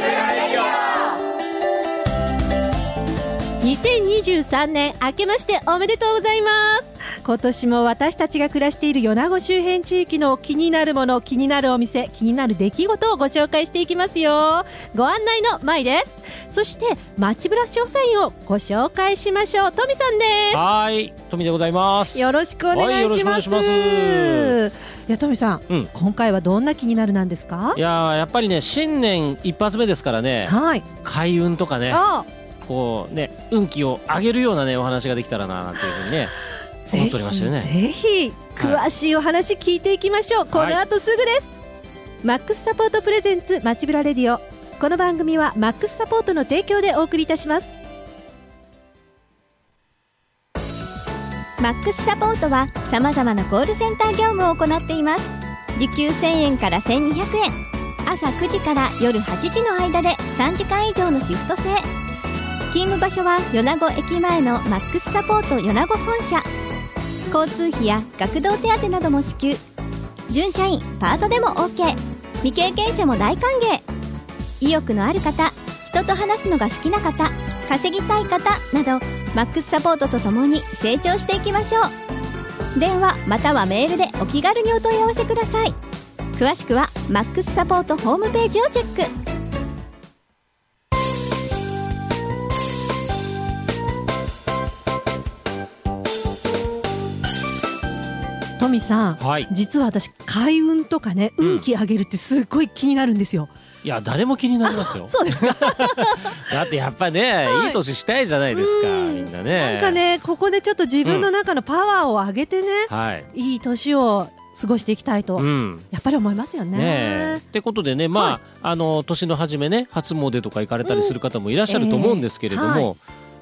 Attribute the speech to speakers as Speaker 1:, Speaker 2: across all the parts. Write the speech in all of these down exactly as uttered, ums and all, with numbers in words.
Speaker 1: にせんにじゅうさんねん明けましておめでとうございます。今年も私たちが暮らしている米子周辺地域の気になるもの、気になるお店、気になる出来事をご紹介していきますよ。ご案内のまいです。そして街ブラ調査員をご紹介しましょう。トミさんです。
Speaker 2: はい、トミでございます。
Speaker 1: よろしくお願いします。はい、いやトミさん、うん、今回はどんな気になるなんですか？
Speaker 2: いややっぱりね、新年一発目ですからね、はい、開運とかね、こうね、運気を上げるようなねお話ができたらななんていうふうにね思っておりましてね。
Speaker 1: ぜひ詳しいお話聞いていきましょう、はい、この後すぐです。マックスサポートプレゼンツ街ブラレディオ。この番組はマックスサポートの提供でお送りいたします。
Speaker 3: マックスサポートはさまざまなコールセンター業務を行っています。時給せんえんからせんにひゃくえん、朝くじから夜はちじの間でさんじかん以上のシフト制。勤務場所は米子駅前のマックスサポート米子本社。交通費や学童手当なども支給。準社員パートでも OK。 未経験者も大歓迎。意欲のある方、人と話すのが好きな方、稼ぎたい方など、マックスサポートとともに成長していきましょう。電話またはメールでお気軽にお問い合わせください。詳しくはマックスサポートホームページをチェック。
Speaker 1: トミさん、はい、実は私開運とかね、運気上げるってすっごい気になるんですよ。
Speaker 2: いや誰も気になりますよ。
Speaker 1: そうですか。
Speaker 2: だってやっぱね、はい、いい年したいじゃないですか、みんなね。
Speaker 1: なんかね、ここでちょっと自分の中のパワーを上げてね、うん、はい、いい年を過ごしていきたいと、うん、やっぱり思いますよね。
Speaker 2: ねってことでね、まあ、はい、あの年の初めね、初詣とか行かれたりする方もいらっしゃると思うんですけれども、うんえーはい、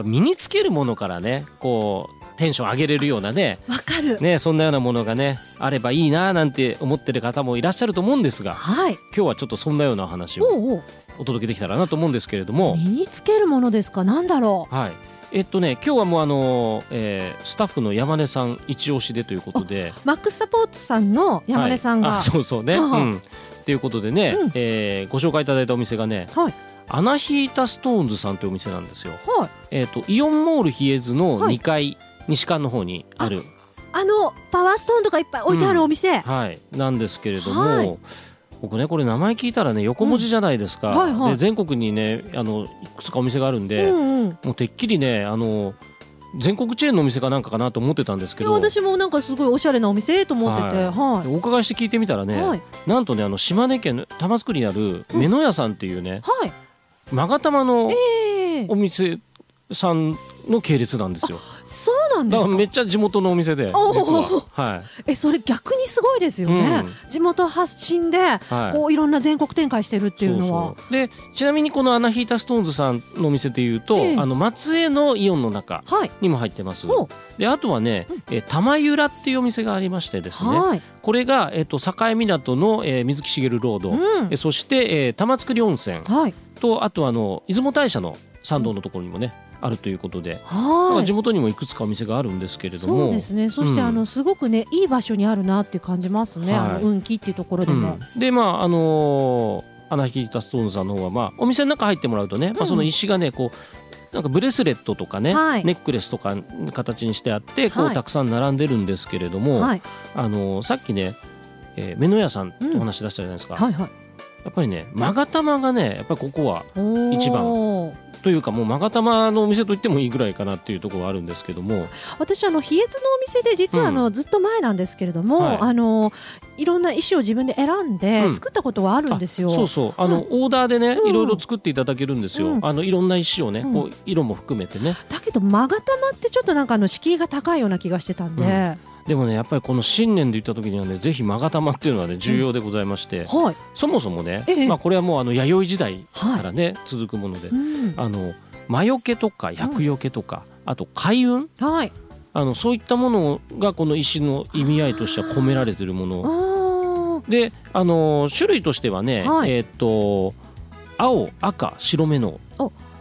Speaker 2: 身につけるものからね、こうテンション上げれるようなね、
Speaker 1: わかる
Speaker 2: ね、そんなようなものがねあればいいななんて思ってる方もいらっしゃると思うんですが、はい、今日はちょっとそんなような話をお届けできたらなと思うんですけれども。
Speaker 1: 身につけるものですか？なんだろう。
Speaker 2: はい、えっとね今日はもうあの、えー、スタッフの山根さん一押しでということで、
Speaker 1: マックスサポートさんの山根さんが、はい、
Speaker 2: あそうそうね、はあ、うんということでね、うんえー、ご紹介いただいたお店がね、はいアナヒータストーンズさんというお店なんですよ。はいえー、とイオンモールヒエズのにかい、はい、西館の方にある
Speaker 1: あ, あのパワーストーンとかいっぱい置いてあるお店、うん
Speaker 2: はい、なんですけれども、はい、僕ねこれ名前聞いたらね横文字じゃないですか、うんはいはい、で全国にねあのいくつかお店があるんで、うんうん、もうてっきりねあの全国チェーンのお店かなんかかなと思ってたんですけど、
Speaker 1: 私もなんかすごいおしゃれなお店と思ってて、はい
Speaker 2: はい、お伺いして聞いてみたらね、はい、なんとねあの島根県の玉造にある目の屋さんっていうね、うんはい勾玉のお店さんの系列なんですよ。
Speaker 1: そうなんですか。
Speaker 2: だからめっちゃ地元のお店で実は、はい、
Speaker 1: えそれ逆にすごいですよね、うん、地元発信で、はい、こういろんな全国展開してるっていうのは。
Speaker 2: そうそうでちなみにこのアナヒータストーンズさんのお店でいうと、えー、あの松江のイオンの中にも入ってます、はい、であとはね、うんえー、玉由良っていうお店がありましてですね、はい、これが、えー、と境港の、えー、水木しげるロード、うんえー、そして、えー、玉造温泉、はいとあとあの出雲大社の参道のところにもね、うん、あるということで、はい地元にもいくつかお店があるんですけれども。
Speaker 1: そうですね。そして、うん、あのすごくねいい場所にあるなって感じますね、はい、あの運気っていうところでも、
Speaker 2: うん、でまああのー、アナヒータストーンズさんの方は、まあ、お店の中入ってもらうとね、うんまあ、その石がねこうなんかブレスレットとかね、はい、ネックレスとか形にしてあってこう、はい、たくさん並んでるんですけれども、はいあのー、さっきね、えー、目の屋さんとお話し出したじゃないですか、うんはいはいやっぱりね勾玉がねやっぱりここは一番というかもう勾玉のお店と言ってもいいぐらいかなっていうところはあるんですけども、
Speaker 1: 私あの比叡のお店で実はあの、うん、ずっと前なんですけれども、はい、あのいろんな石を自分で選んで作ったことはあるんですよ、
Speaker 2: うん、そうそうあの、はい、オーダーでね、うん、いろいろ作っていただけるんですよ、うん、あのいろんな石をね、うん、こう色も含めてね。
Speaker 1: だけど勾玉ってちょっとなんかあの敷居が高いような気がしてたんで、うん
Speaker 2: でもねやっぱりこの新年で言った時にはねぜひ勾玉っていうのはね重要でございまして、うんはい、そもそもね、ええまあ、これはもうあの弥生時代からね、はい、続くもので、うん、あの魔除けとか厄除けとか、うん、あと開運、はい、あのそういったものがこの石の意味合いとしては込められているもので、あの種類としてはね、はい、えー、っと青赤白目の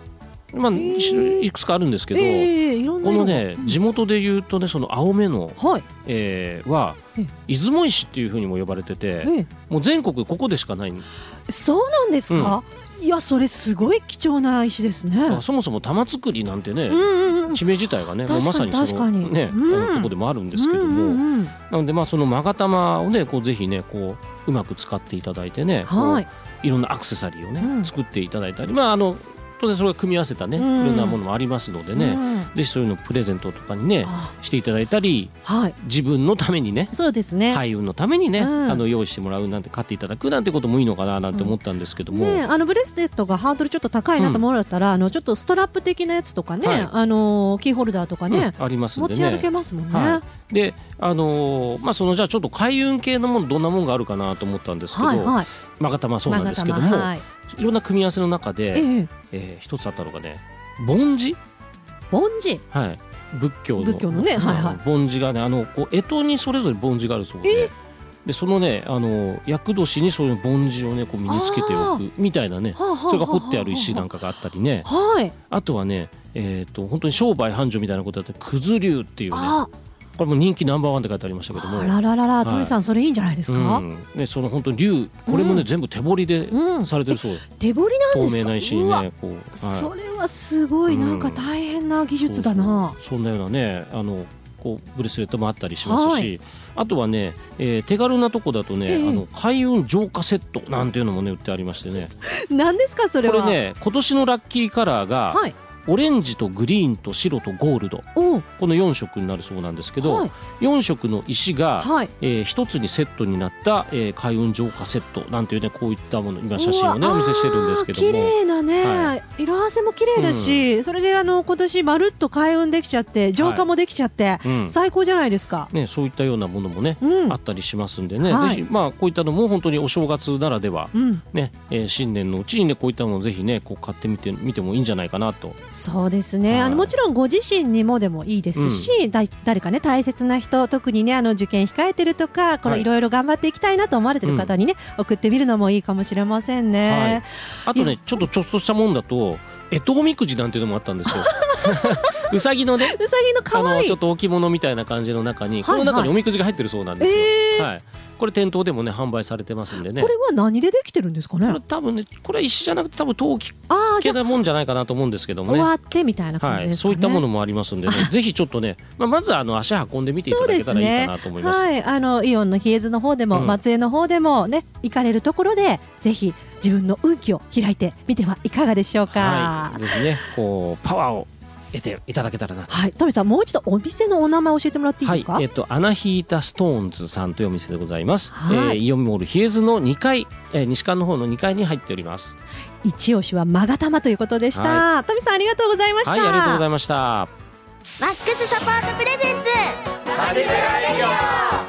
Speaker 2: まあ、いくつかあるんですけど、えー、このね、うん、地元でいうとねその青目の、はいえー、は出雲石っていうふうにも呼ばれてて、えー、もう全国ここでしかない。
Speaker 1: そうなんですか、うん、いやそれすごい貴重な石ですね。
Speaker 2: そもそも玉造りなんてね、うんうんうん、地名自体がねもうまさにそのね、うん、あのとこでもあるんですけども、うんうんうん、なのでまあその勾玉をねこうぜひねこううまく使っていただいてね、はい、いろんなアクセサリーをね、うん、作っていただいたり、まああの当然それを組み合わせたね、うん、いろんなものもありますのでね、うん、ぜひそういうのプレゼントとかにねしていただいたり、はい、自分のためにね、そうですね、開運のためにね、うん、あの用意してもらうなんて買っていただくなんてこともいいのかななんて思ったんですけども、うんね、
Speaker 1: あのブレスレットがハードルちょっと高いなと思われたら、うん、あのちょっとストラップ的なやつとかね、はい、あのキーホルダーとかね、うん、ありますんでね、持ち歩けますもんね、はい、であのーまあ、そのじゃあちょっと開運系のものどんなものがあるかなと思ったんですけど、はいはい、勾玉そうなんですけども、はい、いろんな組み合わせの中で、えええー、一つあったのがね梵字梵字、
Speaker 2: はい、仏教の
Speaker 1: 仏教のね、はいはい、
Speaker 2: 梵字がねあのこう干支にそれぞれ梵字があるそうで、えでそのねあの厄年にそういう梵字をねこう身につけておくみたいなね、それが彫ってある石なんかがあったりね、はい、あとはね、えー、と本当に商売繁盛みたいなことだったら九頭龍っていうね、これも人気ナンバーワンって書いてありましたけども、
Speaker 1: あらららら、トミさんそれいいんじゃないですか、
Speaker 2: うんね、その本当に龍これもね、うん、全部手彫りでされてるそうです、
Speaker 1: うん、手彫りなんですか。
Speaker 2: 透明な石にねこう、はい、
Speaker 1: それはすごいなんか大変な技術だな、うん、
Speaker 2: そうそうそんなようなねあのこうブレスレットもあったりしますし、はい、あとはね、えー、手軽なとこだとね、えー、あの開運浄化セットなんていうのもね売ってありましてね
Speaker 1: 何ですかそれは。
Speaker 2: これね今年のラッキーカラーが、はい、オレンジとグリーンと白とゴールド、このよん色になるそうなんですけど、はい、よん色の石が、はいえー、ひとつにセットになった、えー、開運浄化セットなんていうねこういったもの今写真をねお見せしてるんですけども、
Speaker 1: 綺麗なね、はい、色合わせも綺麗だし、うん、それであの今年まるっと開運できちゃって浄化もできちゃって、はいうん、最高じゃないですか、
Speaker 2: ね、そういったようなものもね、うん、あったりしますんでね、はい、ぜひまあこういったのも本当にお正月ならでは、うんねえー、新年のうちにねこういったものをぜひねこう買ってみてみてもいいんじゃないかなと。
Speaker 1: そうですね、あのもちろんご自身にもでもいいですし、うん、だ誰かね大切な人、特にねあの受験控えてるとかこれいろいろ頑張っていきたいなと思われてる方にね、うん、送ってみるのもいいかもしれませんね、はい、
Speaker 2: あとねちょっとちょっとしたもんだと干支おみくじなんていうのもあったんですようさぎのね
Speaker 1: うさぎのかわいい
Speaker 2: あのちょっと置物みたいな感じの中に、はいはい、この中におみくじが入ってるそうなんですよ、えーはい、これ店頭でもね販売されてますんでね。
Speaker 1: これは何でできてるんですかね。
Speaker 2: これ多分ねこれは石じゃなくて多分陶器系なもんじゃないかなと思うんですけどもね。
Speaker 1: 終わってみたいな感じですかね、はい、
Speaker 2: そういったものもありますんでねぜひちょっとね、まあ、まずあの足運んでみていただけたらいいかなと思います。
Speaker 1: そうですね、はい、あのイオンの比叡津の方でも、うん、松江の方でもね行かれるところでぜひ自分の運気を開いてみてはいかがでしょうか、
Speaker 2: はい、ぜひねこうパワーを得ていただけたらな。
Speaker 1: はい、トミさんもう一度お店のお名前を教えてもらっていいですか。
Speaker 2: はい、えっとアナヒータストーンズさんというお店でございます、はいえー、イオンモール比叡津のにかい、えー、西館の方のにかいに入っております。
Speaker 1: 一押しは勾玉ということでした、はい、トミさんありがとうございました。
Speaker 2: はい、ありがとうございました。
Speaker 3: マックスサポートプレゼンツ
Speaker 4: 始められよ。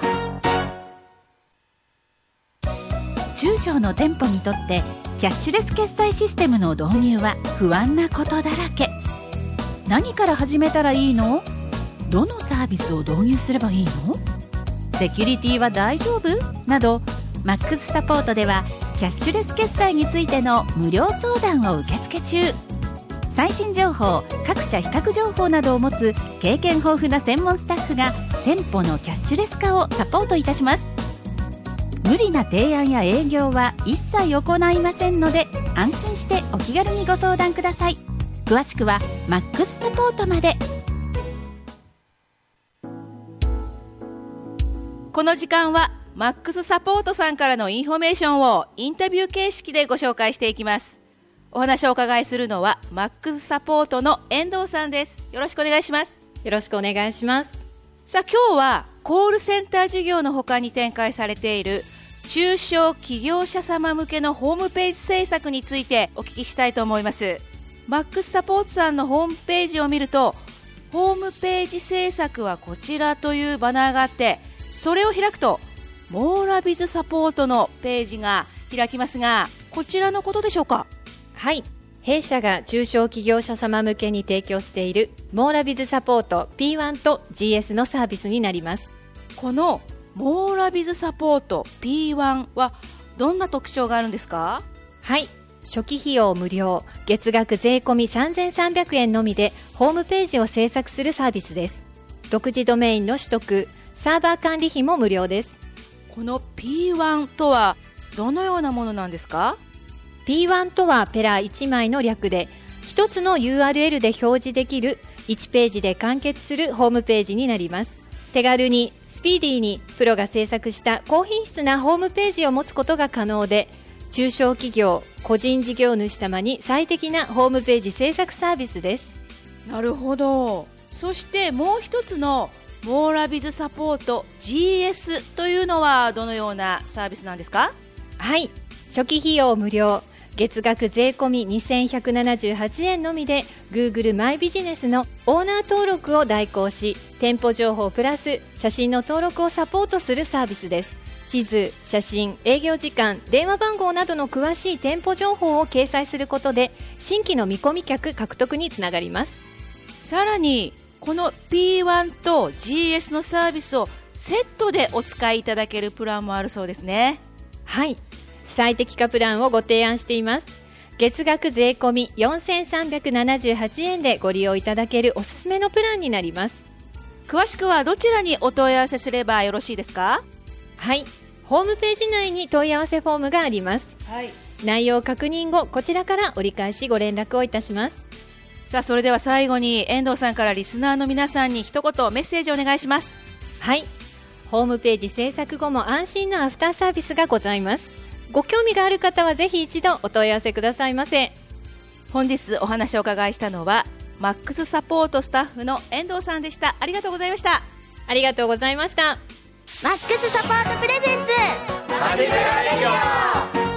Speaker 5: 中小の店舗にとってキャッシュレス決済システムの導入は不安なことだらけ。何から始めたらいいの？どのサービスを導入すればいいの？セキュリティは大丈夫？などマックスサポートではキャッシュレス決済についての無料相談を受付中。最新情報、各社比較情報などを持つ経験豊富な専門スタッフが店舗のキャッシュレス化をサポートいたします。無理な提案や営業は一切行いませんので安心してお気軽にご相談ください。詳しくはマックスサポートまで。
Speaker 6: この時間はマックスサポートさんからのインフォメーションをインタビュー形式でご紹介していきます。お話をお伺いするのはマックスサポートの遠藤さんです。よろしくお願いします。
Speaker 7: よろしくお願いします。
Speaker 6: さあ今日はコールセンター事業の他に展開されている中小企業者様向けのホームページ制作についてお聞きしたいと思います。マックスサポートさんのホームページを見るとホームページ制作はこちらというバナーがあって、それを開くとモーラビズサポートのページが開きますが、こちらのことでしょうか。
Speaker 7: はい、弊社が中小企業者様向けに提供しているモーラビズサポート ピーワン と ジーエス のサービスになります。
Speaker 6: このモーラビズサポート ピーワン はどんな特徴があるんですか。
Speaker 7: はい、 初期費用無料、月額税込みさんぜんさんびゃくえんのみでホームページを制作するサービスです。独自ドメインの取得、サーバー管理費も無料です。
Speaker 6: この ピーワン とはどのようなものなんですか？
Speaker 7: ピーワン とはペラいちまいの略で、一つの ユーアールエル で表示できるいちページで完結するホームページになります。手軽にスピーディーにプロが制作した高品質なホームページを持つことが可能で、中小企業、個人事業主様に最適なホームページ制作サービスです。
Speaker 6: なるほど。そしてもう一つのモーラビズサポート ジーエス というのはどのようなサービスなんですか？
Speaker 7: はい、初期費用無料、月額税込みにせんひゃくななじゅうはちえんのみで Google マイビジネスのオーナー登録を代行し、店舗情報プラス写真の登録をサポートするサービスです。地図、写真、営業時間、電話番号などの詳しい店舗情報を掲載することで新規の見込み客獲得につながります。
Speaker 6: さらにこの ピーワン と ジーエス のサービスをセットでお使いいただけるプランもあるそうですね。
Speaker 7: はい、最適化プランをご提案しています。月額税込みよんせんさんびゃくななじゅうはちえんでご利用いただけるおすすめのプランになります。
Speaker 6: 詳しくはどちらにお問い合わせすればよろしいですか？
Speaker 7: はい、ホームページ内に問い合わせフォームがあります。
Speaker 6: はい、
Speaker 7: 内容確認後、こちらから折り返しご連絡をいたします。
Speaker 6: さあ、それでは最後に遠藤さんからリスナーの皆さんに一言メッセージをお願いします。
Speaker 7: はい、ホームページ制作後も安心のアフターサービスがございます。ご興味がある方はぜひ一度お問い合わせくださいませ。
Speaker 6: 本日お話をお伺いしたのはマックスサポートスタッフの遠藤さんでした。ありがとうございました。
Speaker 7: ありがとうございました。
Speaker 3: マックスサポートプレゼンツ
Speaker 4: マジブラレディオ。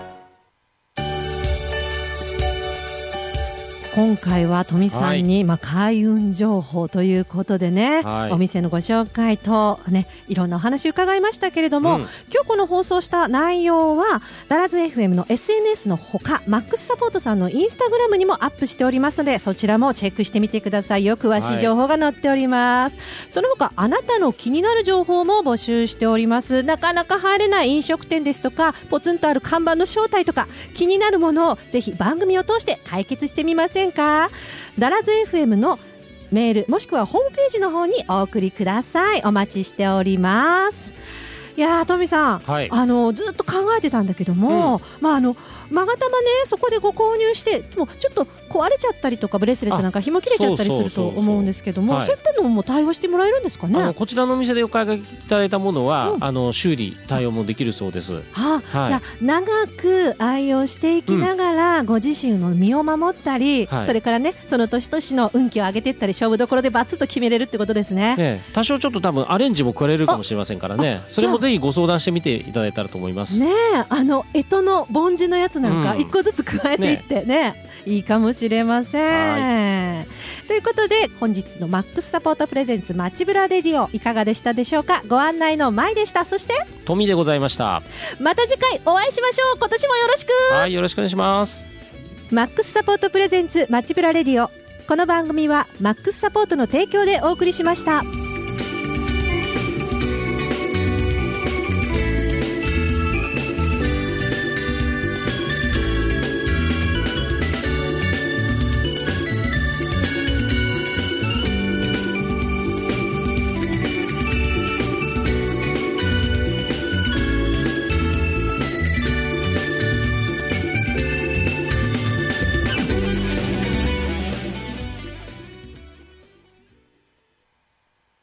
Speaker 1: 今回は富さんに、
Speaker 2: はい
Speaker 1: まあ、開運情報ということでね、
Speaker 2: はい、
Speaker 1: お店のご紹介と、ね、いろんなお話伺いましたけれども、うん、今日この放送した内容はダラズ エフエム の エスエヌエス のほかマックスサポートさんのインスタグラムにもアップしておりますので、そちらもチェックしてみてくださいよ。詳しい情報が載っております、はい、その他あなたの気になる情報も募集しております。なかなか入れない飲食店ですとか、ポツンとある看板の正体とか、気になるものをぜひ番組を通して解決してみませんか？ダラズ エフエム のメールもしくはホームページの方にお送りください。お待ちしております。いやー、トミさん、はい、あのずっと考えてたんだけども、うん、まああのまがたまね、そこでご購入してもうちょっと壊れちゃったりとか、ブレスレットなんか紐切れちゃったりすると思うんですけども、そういったのも対応してもらえるんですかね？
Speaker 2: あのこちらのお店でお買い上げいただいたものは、うん、あの修理対応もできるそうです。
Speaker 1: はあ、はい、じゃあ長く愛用していきながら、うん、ご自身の身を守ったり、はい、それからね、その年々の運気を上げていったり、勝負どころでバツッと決めれるってことですね。
Speaker 2: ね、多少ちょっと多分アレンジも加えるかもしれませんからね、それもぜひご相談してみていただいたらと思います
Speaker 1: ね。あの干支の梵字のやつなんか一個ずつ加えていって ね, ねいいかもしれません。ということで本日のマックスサポートプレゼンツ街ブラレディオいかがでしたでしょうか？ご案内の舞でした。そして
Speaker 2: 富でございました。
Speaker 1: また次回お会いしましょう。今年もよろしく。
Speaker 2: はい、よろしくお願いします。
Speaker 1: マックスサポートプレゼンツ街ブラレディオ、この番組はマックスサポートの提供でお送りしました。